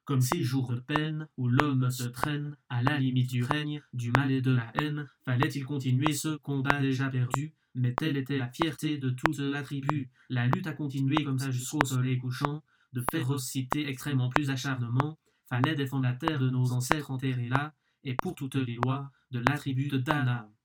Comme ces jours de peine où l'homme se traîne à la limite du règne, du mal et de la haine, fallait-il continuer ce combat déjà perdu? Mais telle était la fierté de toute la tribu. La lutte a continué comme ça jusqu'au soleil couchant, de férocité extrêmement plus acharnement. Fallait défendre la terre de nos ancêtres enterrés là, et pour toutes les lois de la tribu de Dana.